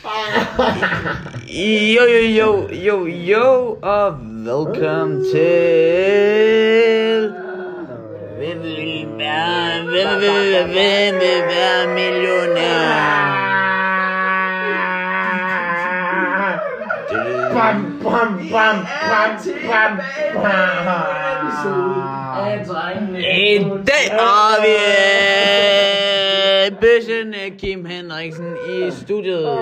Jo, og velkommen til... Hvem vil være millionær? Bam. I dag har vi bøssen Kim Henriksen i studiet.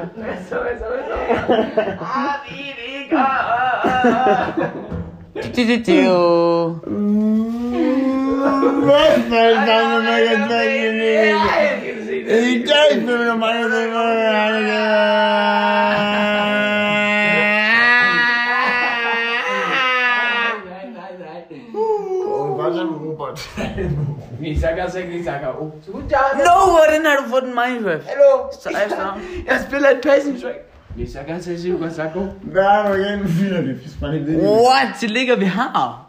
No, hvordan har du fået den Minecraft? Hallo. Så efter. Jeg spiller et passing track. Vi så gerne til Siv Gonzago. Hvad er du igen? Finder det? What? Det ligger vi her.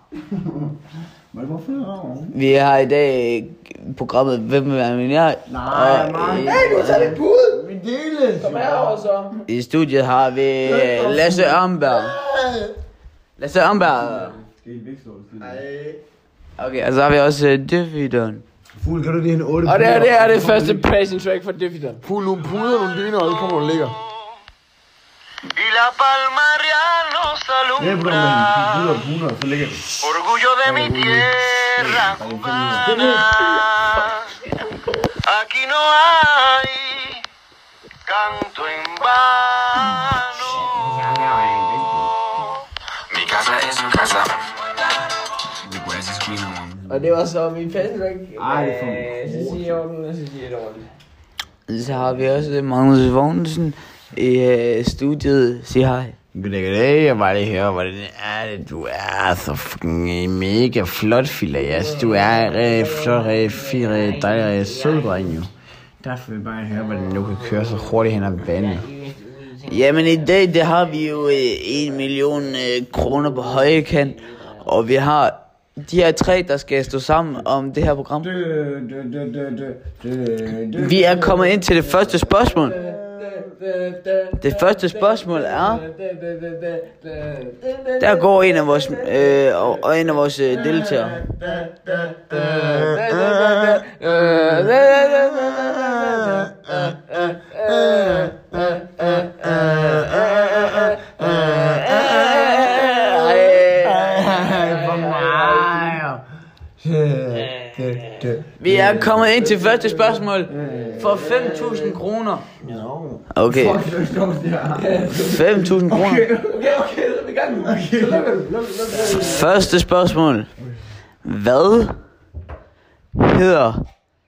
Vi har i dag programmet Hvem vil være millionær? Nej, Hey, du tager dit bud. Vi deles. Kom herover så. I studiet har vi Lasse Amberg. Skal I væk stå? Okay, og så har vi også Diffidon. Fugl, kan du lige en 8? Og det her er det første passing track for Diffidon. Fugl, nogle puder, nogle dyner, og kommer du ligger. Y la palmaria nos Ja, bro, men puder, så ligger det. orgullo de mi tierra cubana. Aquí no hay canto en vano. Mi casa es su casa. Mi pues es mi home. Og det var så min passing track. Ej, det er for- Så siger jeg den, og så siger jeg det ordentligt. Så har vi også Magnus Vognsen i studiet. Sig hej. Goddag, jeg bare lige høre, hvordan er det, du er så fucking mega flot, Phileas. Du er rigtig flot, rigtig fin, rigtig dejlig, rigtig sød, dreng, jo. Derfor vil jeg bare høre, hvordan du kan køre så hurtigt hen ad banen. Jamen i dag, der har vi jo 1 million kroner på høje kant. Og vi har de her tre, der skal stå sammen om det her program. Vi er kommet ind til det første spørgsmål. Det første spørgsmål er... Der går en af vores deltagere. Vi er kommet ind til første spørgsmål for 5.000 kroner. Okay. 5.000 kroner. Okay, så er vi i gang. Så lukker du. Første spørgsmål. Hvad hedder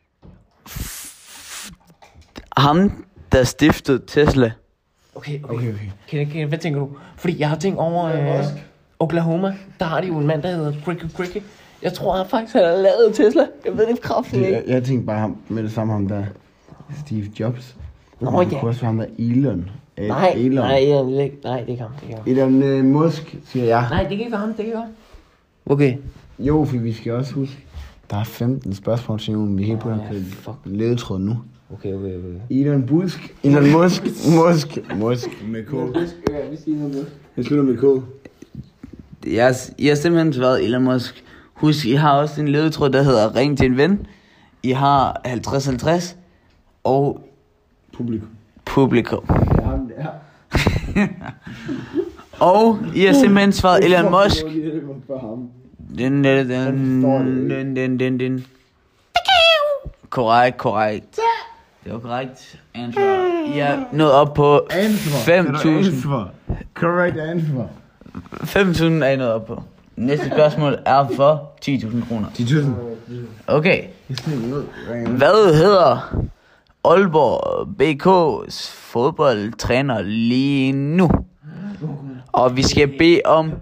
ham, der stiftede Tesla? Okay. Hvad tænker du? Fordi jeg har tænkt over Oklahoma. Der har de jo en mand, der hedder Cricket. Jeg tror faktisk, han har lavet Tesla. Jeg ved det kraftigt ikke. Jeg tænkte bare ham, med det samme ham der. Steve Jobs. Nå, ja. Det kunne også være ham der Elon. Nej, det kan ham. Elon Musk, siger jeg. Nej, det kan ikke være ham. Okay. Jo, for vi skal også huske, der er 15 spørgsmål til nu, vi kan ikke putte på ledetråd nu. Okay. Elon Musk. Med K. Jeg slutter med K. I har simpelthen svaret Elon Musk. Husk, I har også en ledetråd, der hedder Ring til en ven. I har 50-50 og publikum. Og I har simpelthen svaret Elon Musk. Korrekt. Det var korrekt ansvar. I er nået op på 5.000. Correct answer. 5.000 er I nået op på. Næste spørgsmål er for 10.000 kroner. 10.000. Okay. Hvad hedder Aalborg BK's fodboldtræner lige nu? Og vi skal bede om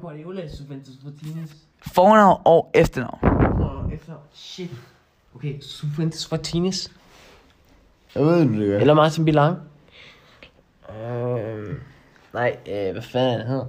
fornavn og efternavn. Shit. Okay, Juventus Martinez. Jeg ved det, Eller Martin Bilang. Nej, hvad fanden han hedder?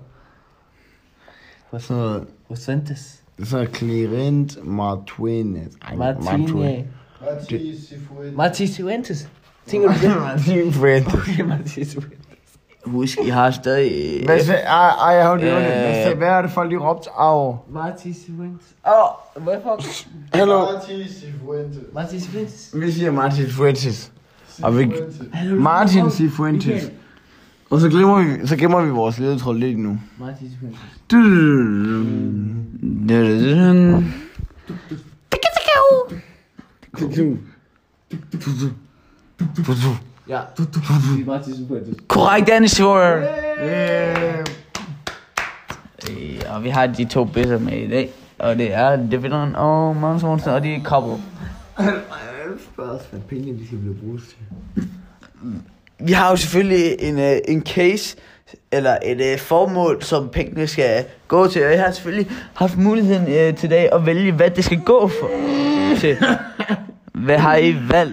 Juventus. Så Clement Martinez. Martin Cifuentes. Tænker du det? Martin Fuentes. Okay, Martin Fuentes. Husk, I har stadig... Jeg har det. Hvad er det folk, de råbte af? Martin Fuentes. Hvad fuck? Hallo. Martin Fuentes. Vi siger Martin Fuentes. Og vi... Martin Fuentes. Og så gemmer vi vores ledetråd lidt nu. Martin Fuentes. Ja. Martin Fuentes. Korrekt ansvar. Og vi har de 2 bedste med i dag. Og det er Dividend og Magnus Monsen, og de er couple. Jeg spørger os, hvad penge de skal blive brugt til. Vi har jo selvfølgelig en case, eller et formål, som pengene skal gå til. Og jeg har selvfølgelig haft muligheden til dag at vælge, hvad det skal gå for til. Hvad har I valgt?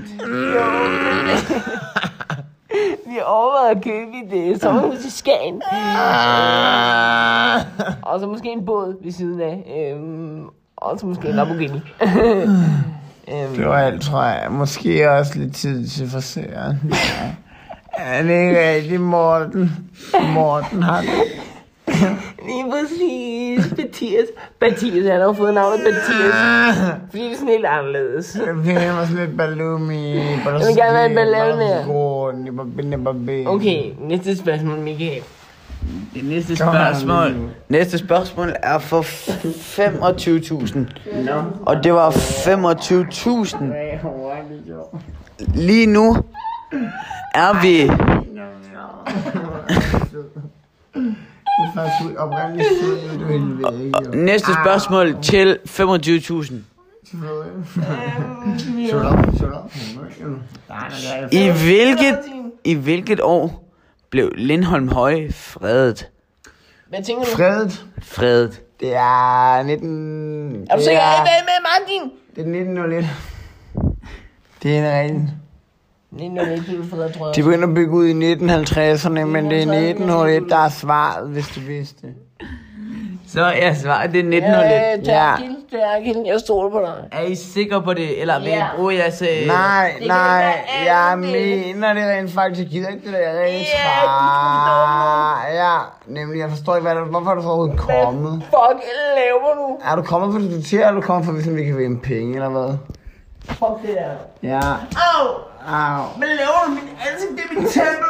Vi overvejede at købe det sommerhus i Skagen. Og så måske en båd ved siden af. Og så måske en Lamborghini. Det var alt, tror jeg. Måske også lidt tid til forsøgeren. Ja, det er ikke rigtig Morten har det. Lige præcis. Mathias, han har jo fået navnet Mathias. Fordi det er sådan helt anderledes. Det var sådan lidt ballumi. Jeg vil gerne være en ballade. Okay, næste spørgsmål, Michael. Det næste spørgsmål er for 25.000. Og det var 25.000. Lige nu er vi... Næste spørgsmål til 25.000. I hvilket år blev Lindholm Høje fredet? Hvad tænker du? Fredet. Det er 19... Er du sikker? Hvad med Martin? Det er 1901. Det er en regel. 1901 blev fredet, tror jeg. De begyndte at bygge ud i 1950'erne, men det er 1901, der er svaret, hvis du vidste. Så jeg svarer, det er 1901. Ja. Jeg stoler på dig. Er I sikre på det, eller vil I bruge jeres... Nej, jeg mener det rent faktisk. Jeg gider ikke det der rent svar. Ja, nemlig, jeg forstår ikke, hvorfor er du så overhovedet kommet? Fuck, laver du? Er du kommet for at diskutere, eller er du kommet for, hvis vi kan vinde penge, eller hvad? Fuck det der. Ja. Au. Hvad laver du? Min ansigt, det er min tempel.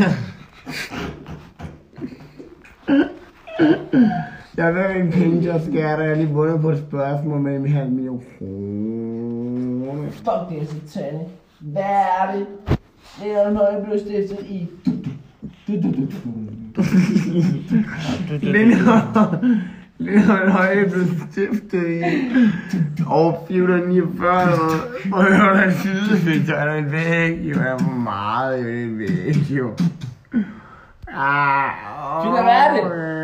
Jeg ved ikke, penge, jeg skal der. Jeg har lige vundet på et spørgsmål med 500.000 kroner. Fuck det, Satane. Hvad er det? Lindholm Høje blev stiftet i... Lindholm Høje blev stiftet i år 449, og jeg har en sydefint, så er der en væg, jo. Jeg er for meget, jo, det er en væg, jo. Finder, hvad er det?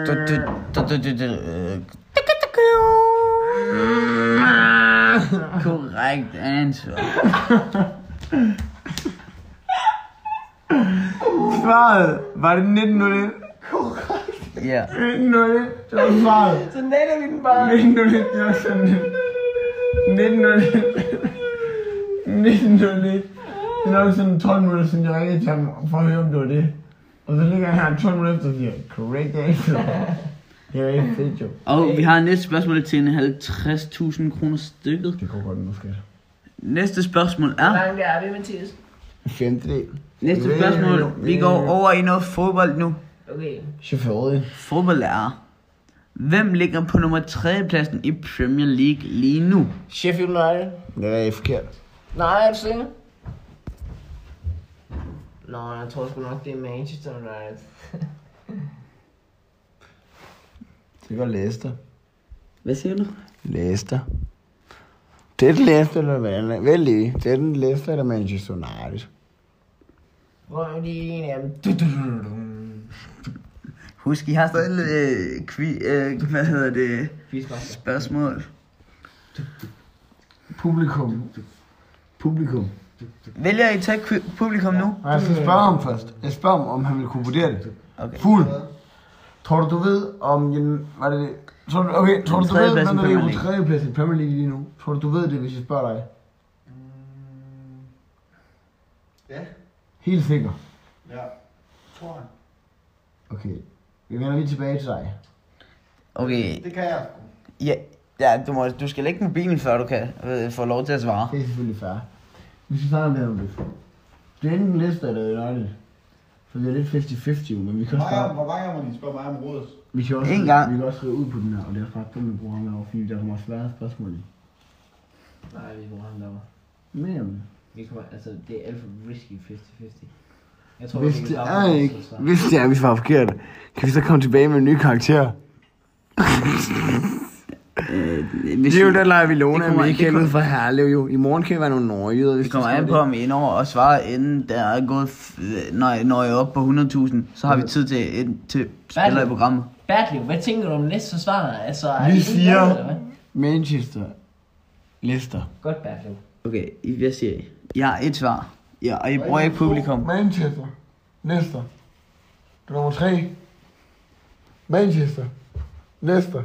Korrekt ansvar. Svaret, var det 1901? Korrekt. Ja. 1901, det var svaret. Så nætter vi den bare. 1901, det var sådan 1901. Det er nok sådan 12 minutter siden, jeg ringede til ham for at høre, om det var det. Og så ligger han her 12 minutter efter og siger, correct answer. Det er ikke fedt, jo. Og vi har næste spørgsmål til 50.000 kroner stykket. Det går godt nu, skat. Næste spørgsmål er... Hvor langt er vi, Mathias? Femtedel. Næste spørgsmål. Vi går over i noget fodbold nu. Okay. Chaufføren. Fodboldlærer. Hvem ligger på nummer 3. pladsen i Premier League lige nu? Sheffield United. Det er forkert. Nej, er du sikker? Nå, jeg tror sgu nok, det er Manchester United. Det var Leicester. Hvad siger du? Leicester. Det er den Leicester, eller hvad? Vælg lige. Det er den Leicester, eller Manchester United. Hvor er de en af dem? Husk, I har stadig hvad hedder det? Spørgsmål. Publikum. Vælger I tage publikum nu? Nej, jeg skal spørge ham først. Jeg spørger ham, om han vil kunne vurdere det. Okay. Fugl. Tror du ved om... Var det det? Tror du ved, hvem der er på 3. plads i Premier League lige nu? Tror du ved det, hvis jeg spørger dig? Ja. Helt sikker. Ja, tror jeg. Okay. Vi vender lige tilbage til dig. Okay, Det kan jeg. ja du skal lægge mobilen, før du kan få lov til at svare. Det er selvfølgelig fair. Vi skal snakke om det her om det. Det er enten Leicester eller United. For vi er lidt 50-50, men vi kan også bare... Hvor mange gange må de spørge mig om rådet? Vi kan også, En gang. Vi kan også skrive ud på den her, og det er faktisk dumt at bruge ham herovre, fordi der kommer svære spørgsmål i. Nej, vi bruger ham derovre. Men om det. Vi kommer, altså, det er alt for risky 50-50. Jeg tror, Hvis vi kan det svare er på ikke, det, så- hvis det er, vi svarer forkert, kan vi så komme tilbage med en ny karakter? Det er jo den leger vi låner, men ikke ud fra Herlev jo. I morgen kan vi være nogle nordjyder, hvis Det kommer an på, om I er over og svarer, inden der er gået... Når I er oppe på 100.000, så har vi tid til spiller i programmet. Bertlev, hvad tænker du om næste svar? Altså, er Vi I siger- enige, eller hvad? Manchester. Leicester. Godt, Bertlev. Okay, hvad siger I? Jeg har et svar. Ja, og I bruger ikke publikum. Manchester. Leicester. Det er nummer 3. Manchester. Leicester.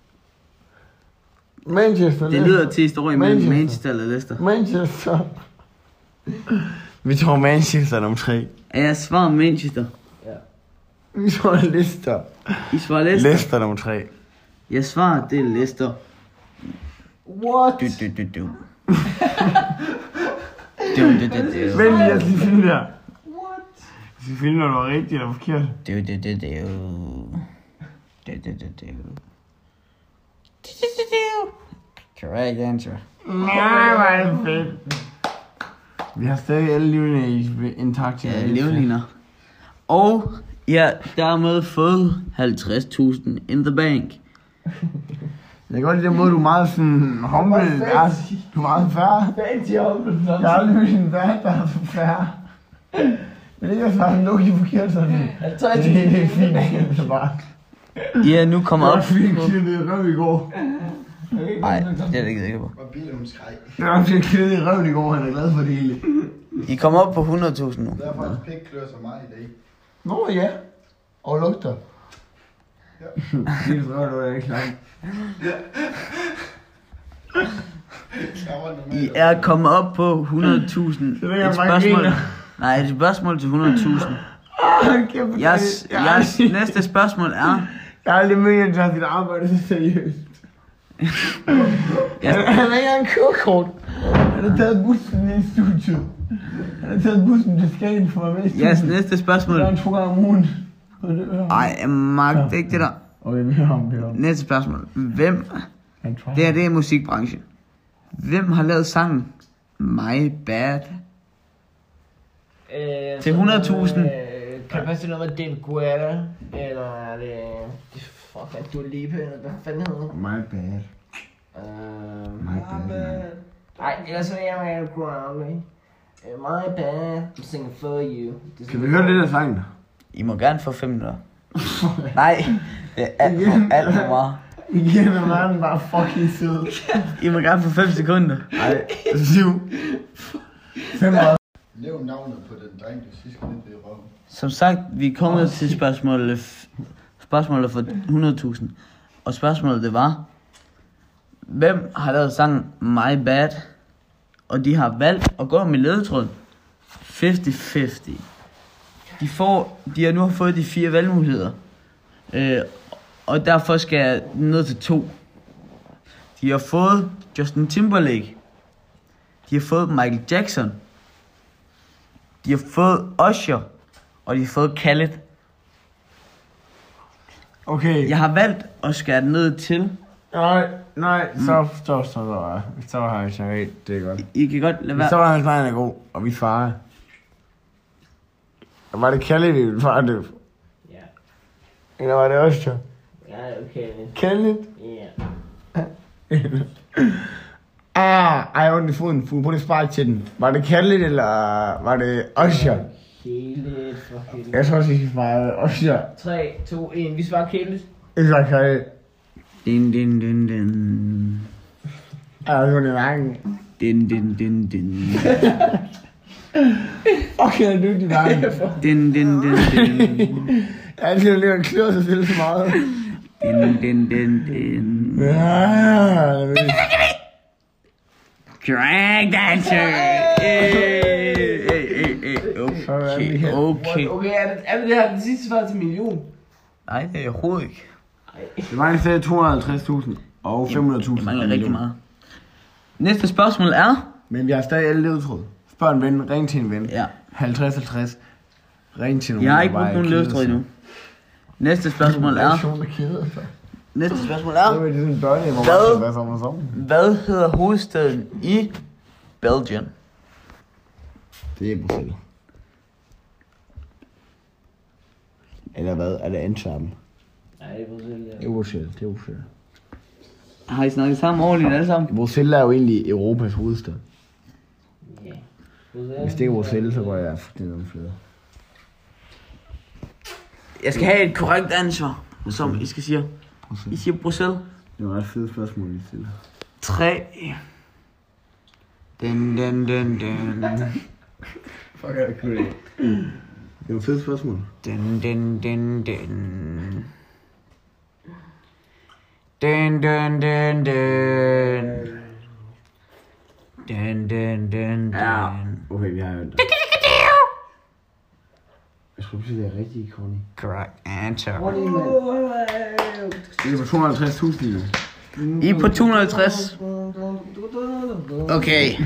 Manchester. Det lyder til historie mellem Manchester. Manchester eller Leicester. Manchester. Vi tror Manchester nummer 3. Er jeg svarer Manchester? Vi tror Leicester. I svarer Leicester? Leicester nummer 3. Jeg svarer, det er Leicester. What? Du. Vent lige, jeg skal finde der. What? Jeg skal finde, når det var rigtigt eller forkert. Correct answer. Nej, hvor er det fedt. Vi har stadig alle livene intakt. Ja, livliner. Og ja, dermed fået 50.000 in the bank. Jeg kan godt lide den måde, du er meget sådan humble. Du er meget færre. Fancy humble. Jeg har aldrig hørt en vært, der er så færre. Men det er også bare lukket forkert sådan. Det er helt fint, så bare. Ja, nu kommer Det var op. fordi, jeg kiggede i røv i går. Nej, det er det ikke sikker på. Og bilen skreg. Det var fordi, jeg kiggede i røven i går, han er glad for det hele. I kommer op på 100.000 nu. Der er faktisk pæk klør så meget i dag. Nå ja. Og lugter. Ja. Det er røv, det var ikke langt. I er kommet op på 100.000. Et spørgsmål. Nej, et spørgsmål til 100.000. Jeres næste spørgsmål er... Jeg har aldrig mødt, at han tager sit arbejde så seriøst. Han har ikke engang kørekort. Han har taget bussen i studiet. Han har taget bussen til Skagen for at være med i studiet. Jeres næste spørgsmål... Der er en 2 gange om ugen. Ej, Mark, det er ikke det der. Okay, vi hører om det. Næste spørgsmål. Hvem... Det er musikbranchen. Hvem har lavet sangen My Bad? Til 100.000. Kan det passe til noget med David Guetta? Eller er det... Fuck, er Dua Lipa, eller hvad fanden hedder det? My bad. My bad. Ej, ellers vil jeg med Grounding. My bad, I'm singing for you. Kan vi høre det der sang? I må gerne få 5 minutter. Nej, det er alt for meget. Igen er verden bare fucking sød. I må gerne få 5 sekunder. Ej, 7. 5 år. Nævn navnet på den dreng, der sidst lidt ved røven. Som sagt, vi er kommet til spørgsmålet for 100.000. Og spørgsmålet det var, hvem har lavet sangen My Bad? Og de har valgt at gå med ledetråden 50-50. De har nu fået de 4 valgmuligheder. Og derfor skal jeg ned til 2. De har fået Justin Timberlake. De har fået Michael Jackson. De har fået Usher. Og de har fået Khaled. Okay. Jeg har valgt at skære den ned til. Nej, så har jeg sagt, det er godt. I kan godt lade være. Så var hans vej er god, og vi farer. Var det Khaled, vi ville fare det? Ja. Eller var det Usher? Ja, okay. Khaled? Ja. Ej, ondt i foden. Prøv lige spark til den. Var det Khaled, eller var det Usher? Kælet for helvede. Jeg tror også, vi svarede Usher. 3, 2, 1. Vi svarer kælet. Jeg svarede Khaled. Din. Ej, det var det lange. Din. Okay, du er de lange. Din. Jeg har altid levet en klør sig selv så meget. Din. Ja, det ved jeg. Correct answer. Okay, er det her den sidste svar til million? Nej, det er overhovedet ikke. Det var i stedet 250.000 og 500.000. Det mangler rigtig meget. Næste spørgsmål er... Men vi har stadig alle ledetråd. Spørg en ven, ring til en ven. Ja. 50-50. Ring til nogen. Jeg har ikke brugt nogen ledetråd endnu. Næste spørgsmål er... Næste spørgsmål er... Hvad hedder hovedstaden i Belgien? Det er Bruxelles. Eller hvad? Er det Antwerpen? Nej, det er Bruxelles, ja. Det er Bruxelles. Det er Bruxelles. Har I snakket sammen ordentligt alle sammen? Bruxelles er jo egentlig Europas hovedstad. Ja. Hvis det ikke er Bruxelles, så går jeg fuldstændig omflødet. Jeg skal have et korrekt ansvar, som I skal sige. I siger Bruxelles. Det var et fedt spørgsmål, I stiller. 3. Den. Fuck, er det cool. Det var et fedt spørgsmål. Den. Ja, okay, vi har jo den. Jeg tror pludselig, det er rigtig Conny. Correct answer. Det er på 250.000 nu. I er på 250. Okay.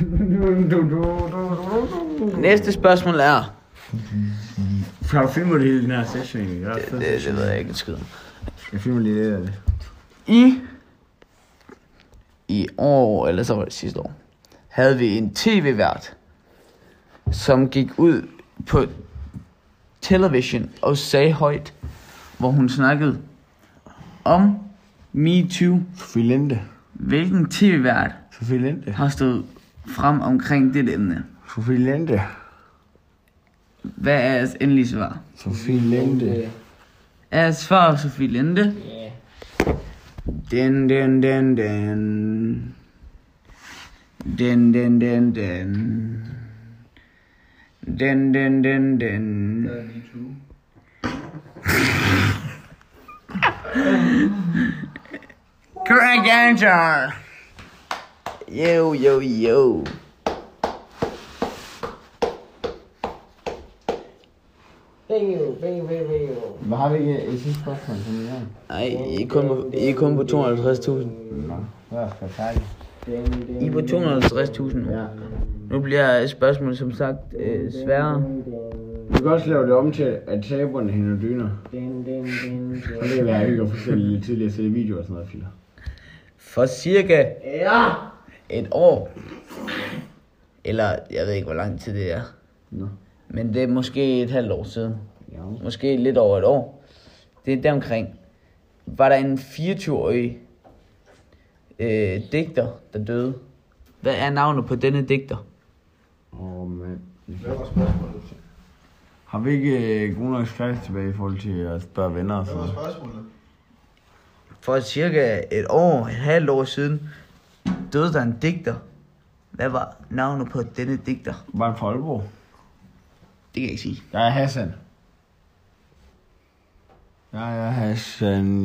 Næste spørgsmål er... Har du filmet det hele den her session egentlig? Det ved jeg ikke en skid. Jeg filmer lige lidt af det. I år, eller så var det sidste år, havde vi en tv-vært, som gik ud på television og sagde højt, hvor hun snakkede om MeToo. Sofie Linde. Hvilken tv-vært Sofie Linde. har stået frem omkring det emne? Sofie Linde. Hvad er jeres endelige svar? Sofie Linde. Er jeres svar Sofie Linde? Ja. Den. Correct answer. Yo. Bingo. Hvad har vi ikke i sidste spørgsmål, som vi har? Nej, I er kun på 250.000. Hvad skal jeg færdig? I er på 250.000 nu. Ja. Nu bliver spørgsmålet som sagt sværere. Du kan også lave det om til, at taberne hænder dyner. Så det kan være hygge at fortælle lidt tidligere at sætte videoer og sådan noget, Filler. For cirka et år, eller jeg ved ikke hvor lang tid det er, Nå. men det er måske et halvt år siden, Ja. måske lidt over et år, det er deromkring, var der en 24-årig digter, der døde. Hvad er navnet på denne digter? Mand. Hvad var spørgsmålet? Har vi ikke god nok skrift tilbage i forhold til at spørge venner og Hvad sådan var noget? spørgsmålet? For cirka et halvt år siden, døde der en digter. Hvad var navnet på denne digter? Var han fra Aalborg? Det kan jeg ikke sige. Jeg er Hassan. Jeg er Hassan,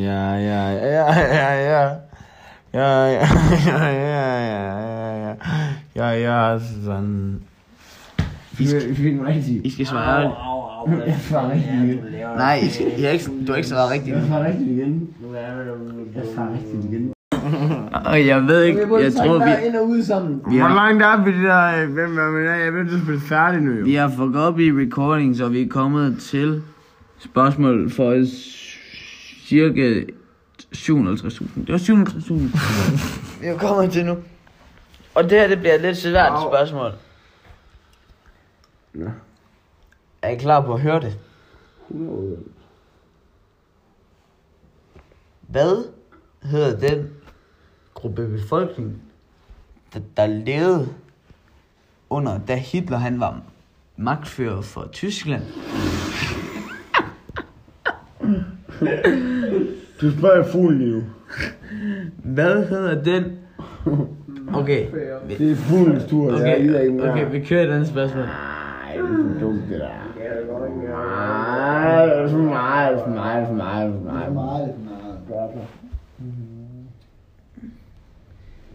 Hassan. Vi fik den rigtigt. I skal svare. Jeg svarer rigtigt igen. Nej, du har ikke svaret rigtigt. Jeg svarer rigtigt igen. Jeg svarer rigtigt igen. Og jeg ved ikke, jeg tror vi... ind og ud sammen. Hvor langt er vi det der? Hvem er med? Jeg ved, du spille færdig nu jo. Vi har fået op i recording, så vi er kommet til spørgsmål for cirka 750.000. Det var 750.000. Vi er kommet til nu. Og det her, det bliver et lidt svært spørgsmål. Nå. Er I klar på at høre det? 100. Hvad hedder den gruppe befolkning, der levede under, da Hitler han var magtfører for Tyskland? Du spørger fuglen jo. Hvad hedder den? Okay. Det er fuglens tur. Okay, vi kører et andet spørgsmål. Nej, det er for dumt det der. Nej, det er for meget.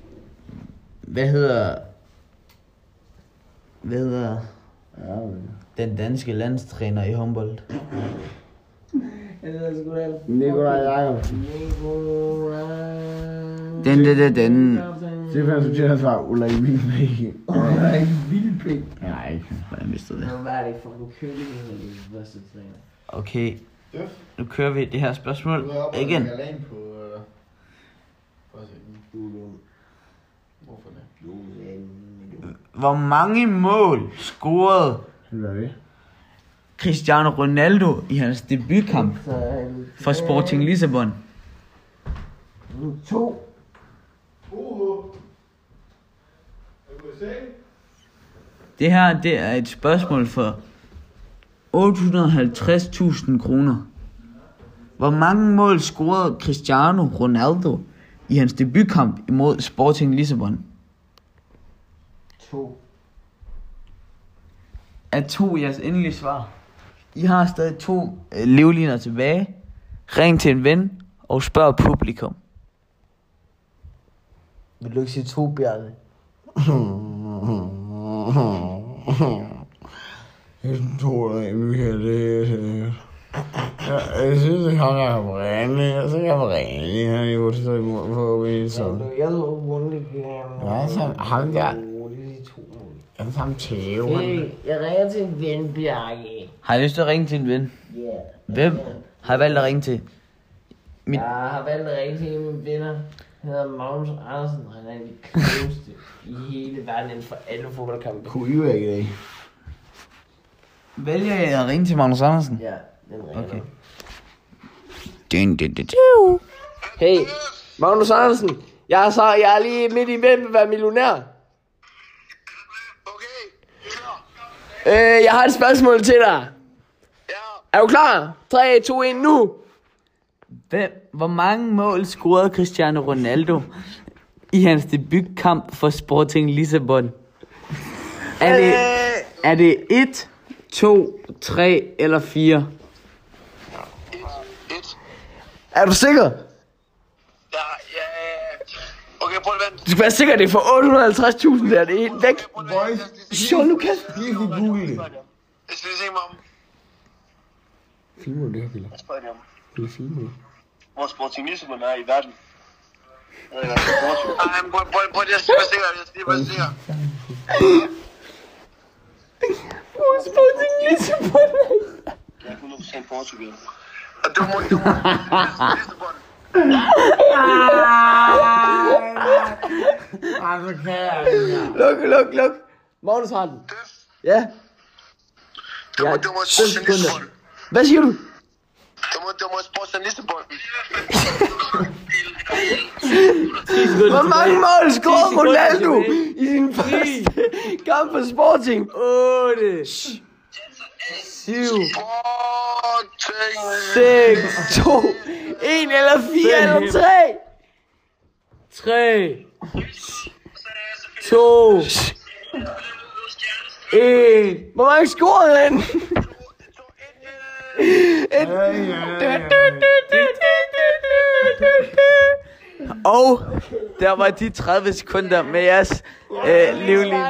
Hvad hedder... Ja, Den danske landstræner i håndbold. Jeg ved sgu da. Nikolaj Jacobsen. Den. Stefan Sortjener svarer Ulrik Vilbæk. Ulrik Vilbæk. Nej, Jeg mistede det. Hvad er det for en køling, der er det første træner? Okay. Nu kører vi det her spørgsmål igen. Jeg lagde på... Prøv at se den. Hvorfor det? Hvor mange mål scorede Hvad er det? Cristiano Ronaldo i hans debutkamp for Sporting Lissabon? 2. Det her, det er et spørgsmål for 850.000 kroner. Hvor mange mål scorede Cristiano Ronaldo i hans debutkamp imod Sporting Lissabon? 2. Er 2 jeres endelige svar? I har stadig 2 livliner tilbage. Ring til en ven og spørg publikum. Vil du ikke sige 2, Bjarne? Jeg tror da, Michael, det er... Jeg synes, det kommer af Brænde. Jeg synes, jeg var Brænde. Han er jo så imod på min sådan. Jeg ved ikke, Hvad så? Ham der? Jeg er sammen Theo. jeg ringer til en ven, Bjarke. Har I lyst til at ringe til en ven? Ja. Hvem har I valgt at ringe til? Jeg har valgt at ringe til en af mine venner. Han hedder Magnus Andersen, og han er de klogeste i hele verden inden for alle fodboldkampe. Kunne I jo ikke det? Vælger jeg at ringe til Magnus Andersen? Ja, den ringer. Okay. Hey, Magnus Andersen. Jeg er lige midt i hvem vil være millionær. Okay, Jeg har et spørgsmål til dig. ja. Er du klar? 3, 2, 1, nu. Hvor mange mål scorede Cristiano Ronaldo i hans debutkamp for Sporting Lissabon? Er det 1, 2, 3 eller 4? 1. Er du sikker? Ja. Okay, prøv at vente. Du skal være sikker, det er for 850.000 der. Det er helt væk. Sjov, Lukas. Lige google det. Jeg skal lige se mig om. Filmer du det her, Piller? Hvad spørger de om? Det er filmet. Hvor Sporting Lissabon er i verden. Jeg ved ikke, hvad det er Portugal. Nej, men prøv lige at være sikker. Jeg skal lige være sikker. Hvor Sporting Lissabon er. Jeg er 100% Portugal. Og du må Lissabon. Luk. Magnus har den. Ja. Du må Sporting Lissabon. Hvad siger du? Du må Sporting Lissabon. Hvor mange mål scorede Ronaldo i sin første kamp for Sporting? 8, 7, 6, 2, 1 eller 4 eller 3. 3, 2, 1. Hvor mange scorede han? Og der var de 30 sekunder med jeres livline.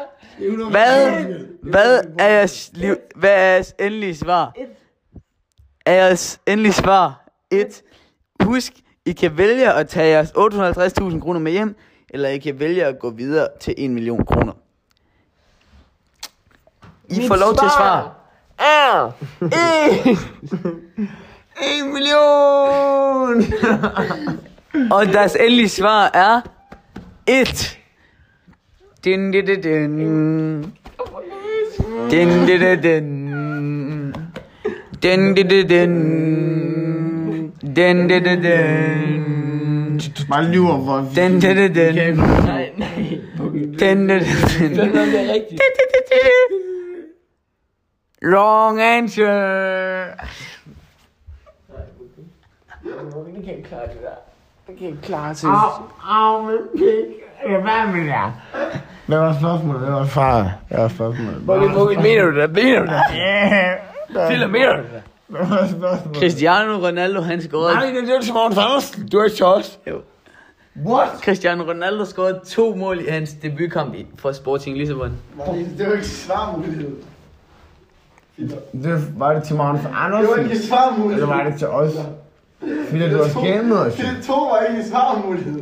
Hvad er jeres endelige svar? Er jeres endelige svar 1. Husk, I kan vælge at tage jeres 850.000 kroner med hjem, eller I kan vælge at gå videre til 1 million kroner. I får lov til at svare. Er 1 million! Og deres endelige svar er 1. Din. Bare lyver for... Wrong answer. Det kan ikke klare det der. Det kan ikke klare til. men pik. Hvad med det? Hvad var spørgsmålet? Hvad var spørgsmålet? Hvor mener du det? Philip, mener du det? Hvad var spørgsmålet? Cristiano Ronaldo, han scorede... Nej, det er det, som Magnus Andersen. Du er ikke sjovt. Jo. What? Cristiano Ronaldo scorede 2 mål i hans debutkamp for Sporting Lissabon. Det er jo ikke svarmulighed. Var det til Magnus Andersen? Det var ikke svarmulighed. Eller var det til os? Fordi du har skæmmet os. Det 2 var ikke svarmulighed.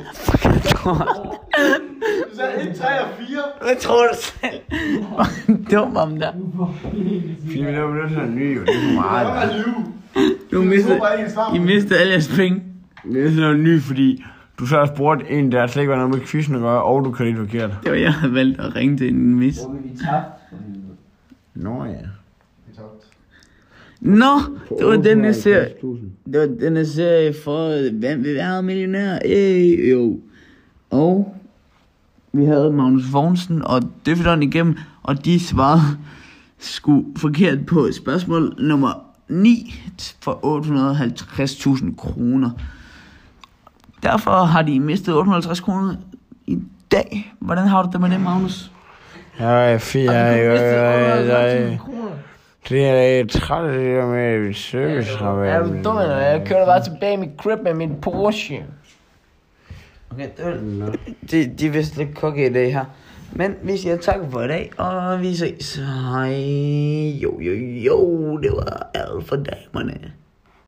Du sagde 1, 3 og 4. Hvad tror du selv? Dum om der. Fordi vi laver nødt til at nye, jo. Det er for meget. Det var lyve. I mistede alle jeres penge. Det er sådan noget ny, fordi du så har spurgt en, der slet ikke var noget med quizzen at gøre, og du kan ikke forkert. Det var jeg, der valgt at ringe til en mis. Nå ja. Nå, det var den her serie. Det var den her serie for Hvem vil være millionær? Jo. Og vi havde Magnus Vognsen og Døffedon igennem, og de svarede sgu forkert på spørgsmål nummer 9 for 850.000 kroner. Derfor har de mistet 850 kroner i dag. Hvordan har du det med det, Magnus? Ja, fint. Det er træt af det der med service-rabat. Er du dum, eller? Jeg kører bare tilbage i mit crib med min Porsche. Okay, de vidste lidt kokke i dag her. Men vi siger tak for i dag, og vi ses. Hej. Jo, det var alt for damerne.